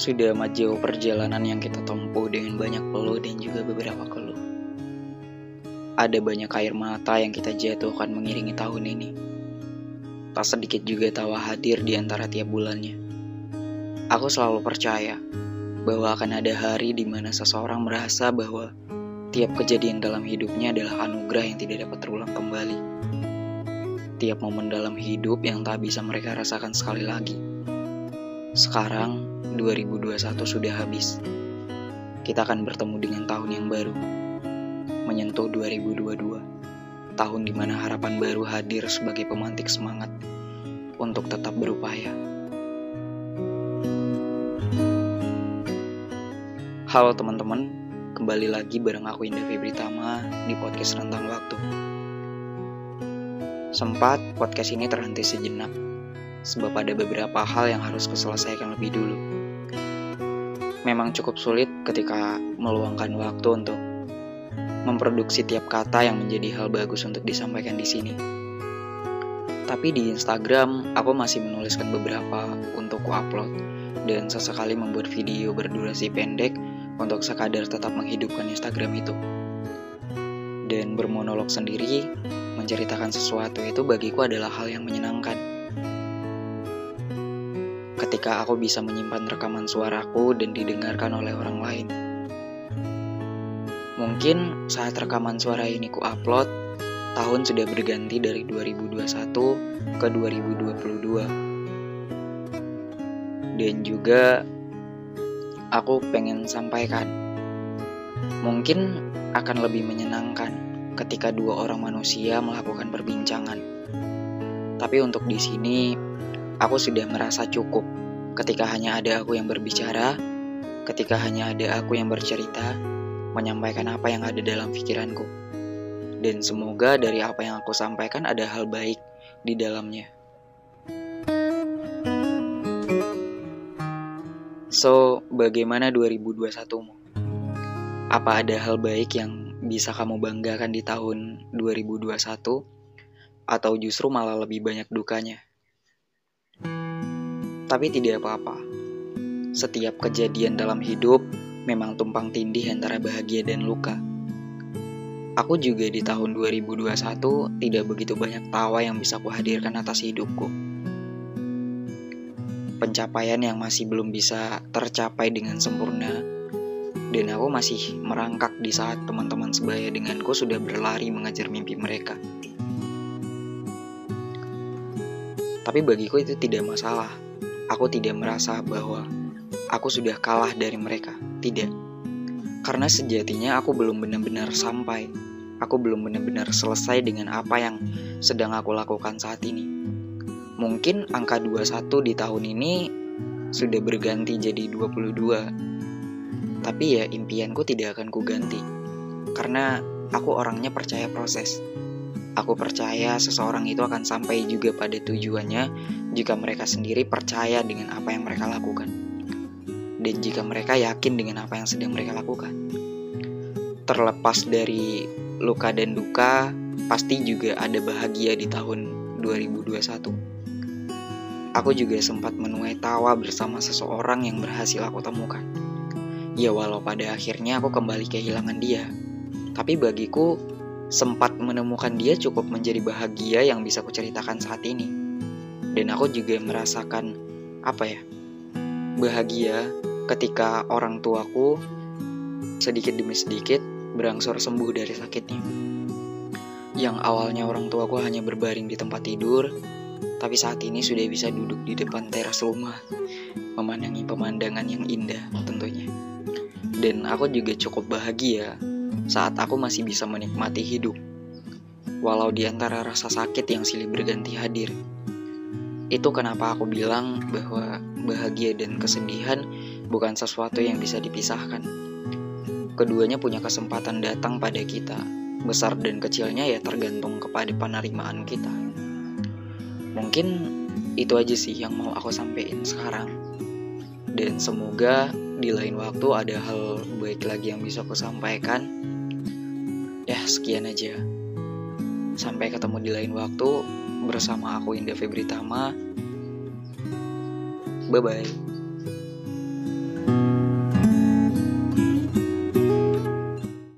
Sudah amat jauh perjalanan yang kita tempuh dengan banyak peluh dan juga beberapa keluh. Ada banyak air mata yang kita jatuhkan mengiringi tahun ini. Tak sedikit juga tawa hadir di antara tiap bulannya. Aku selalu percaya bahwa akan ada hari di mana seseorang merasa bahwa tiap kejadian dalam hidupnya adalah anugerah yang tidak dapat terulang kembali. Tiap momen dalam hidup yang tak bisa mereka rasakan sekali lagi. Sekarang 2021 sudah habis. Kita akan bertemu dengan tahun yang baru, menyentuh 2022. Tahun di mana harapan baru hadir sebagai pemantik semangat untuk tetap berupaya. Halo teman-teman, kembali lagi bareng aku Indah Febritama di podcast Rentang Waktu. Sempat podcast ini terhenti sejenak, sebab ada beberapa hal yang harus kuselesaikan lebih dulu. Memang cukup sulit ketika meluangkan waktu untuk memproduksi tiap kata yang menjadi hal bagus untuk disampaikan di sini. Tapi di Instagram, aku masih menuliskan beberapa untuk ku-upload dan sesekali membuat video berdurasi pendek untuk sekadar tetap menghidupkan Instagram itu. Dan bermonolog sendiri, menceritakan sesuatu itu bagiku adalah hal yang menyenangkan. Ketika aku bisa menyimpan rekaman suaraku dan didengarkan oleh orang lain. Mungkin saat rekaman suara ini ku-upload, tahun sudah berganti dari 2021 ke 2022. Dan juga aku pengen sampaikan, mungkin akan lebih menyenangkan ketika dua orang manusia melakukan perbincangan. Tapi untuk di sini, aku sudah merasa cukup ketika hanya ada aku yang berbicara, ketika hanya ada aku yang bercerita, menyampaikan apa yang ada dalam pikiranku. Dan semoga dari apa yang aku sampaikan ada hal baik di dalamnya. So, bagaimana 2021-mu? Apa ada hal baik yang bisa kamu banggakan di tahun 2021? Atau justru malah lebih banyak dukanya? Tapi tidak apa-apa. Setiap kejadian dalam hidup memang tumpang tindih antara bahagia dan luka. Aku juga di tahun 2021 tidak begitu banyak tawa yang bisa kuhadirkan atas hidupku. Pencapaian yang masih belum bisa tercapai dengan sempurna, dan aku masih merangkak di saat teman-teman sebaya denganku sudah berlari mengejar mimpi mereka. Tapi bagiku itu tidak masalah. Aku tidak merasa bahwa aku sudah kalah dari mereka. Tidak. Karena sejatinya aku belum benar-benar sampai. Aku belum benar-benar selesai dengan apa yang sedang aku lakukan saat ini. Mungkin angka 21 di tahun ini sudah berganti jadi 22. Tapi ya impianku tidak akan kuganti. Karena aku orangnya percaya proses. Aku percaya seseorang itu akan sampai juga pada tujuannya jika mereka sendiri percaya dengan apa yang mereka lakukan. Dan jika mereka yakin dengan apa yang sedang mereka lakukan. Terlepas dari luka dan duka, pasti juga ada bahagia di tahun 2021. Aku juga sempat menuai tawa bersama seseorang yang berhasil aku temukan. Ya walau pada akhirnya aku kembali kehilangan dia. Tapi bagiku, sempat menemukan dia cukup menjadi bahagia yang bisa kuceritakan saat ini. Dan aku juga merasakan, bahagia ketika orang tuaku sedikit demi sedikit berangsur sembuh dari sakitnya. Yang awalnya orang tuaku hanya berbaring di tempat tidur, tapi saat ini sudah bisa duduk di depan teras rumah, memandangi pemandangan yang indah tentunya. Dan aku juga cukup bahagia saat aku masih bisa menikmati hidup, walau di antara rasa sakit yang silih berganti hadir. Itu kenapa aku bilang bahwa bahagia dan kesedihan bukan sesuatu yang bisa dipisahkan. Keduanya punya kesempatan datang pada kita. Besar dan kecilnya ya tergantung kepada penerimaan kita. Mungkin itu aja sih yang mau aku sampaikan sekarang. Dan semoga di lain waktu ada hal baik lagi yang bisa aku sampaikan. Ya sekian aja. Sampai ketemu di lain waktu bersama aku Indah Febritama. Bye-bye.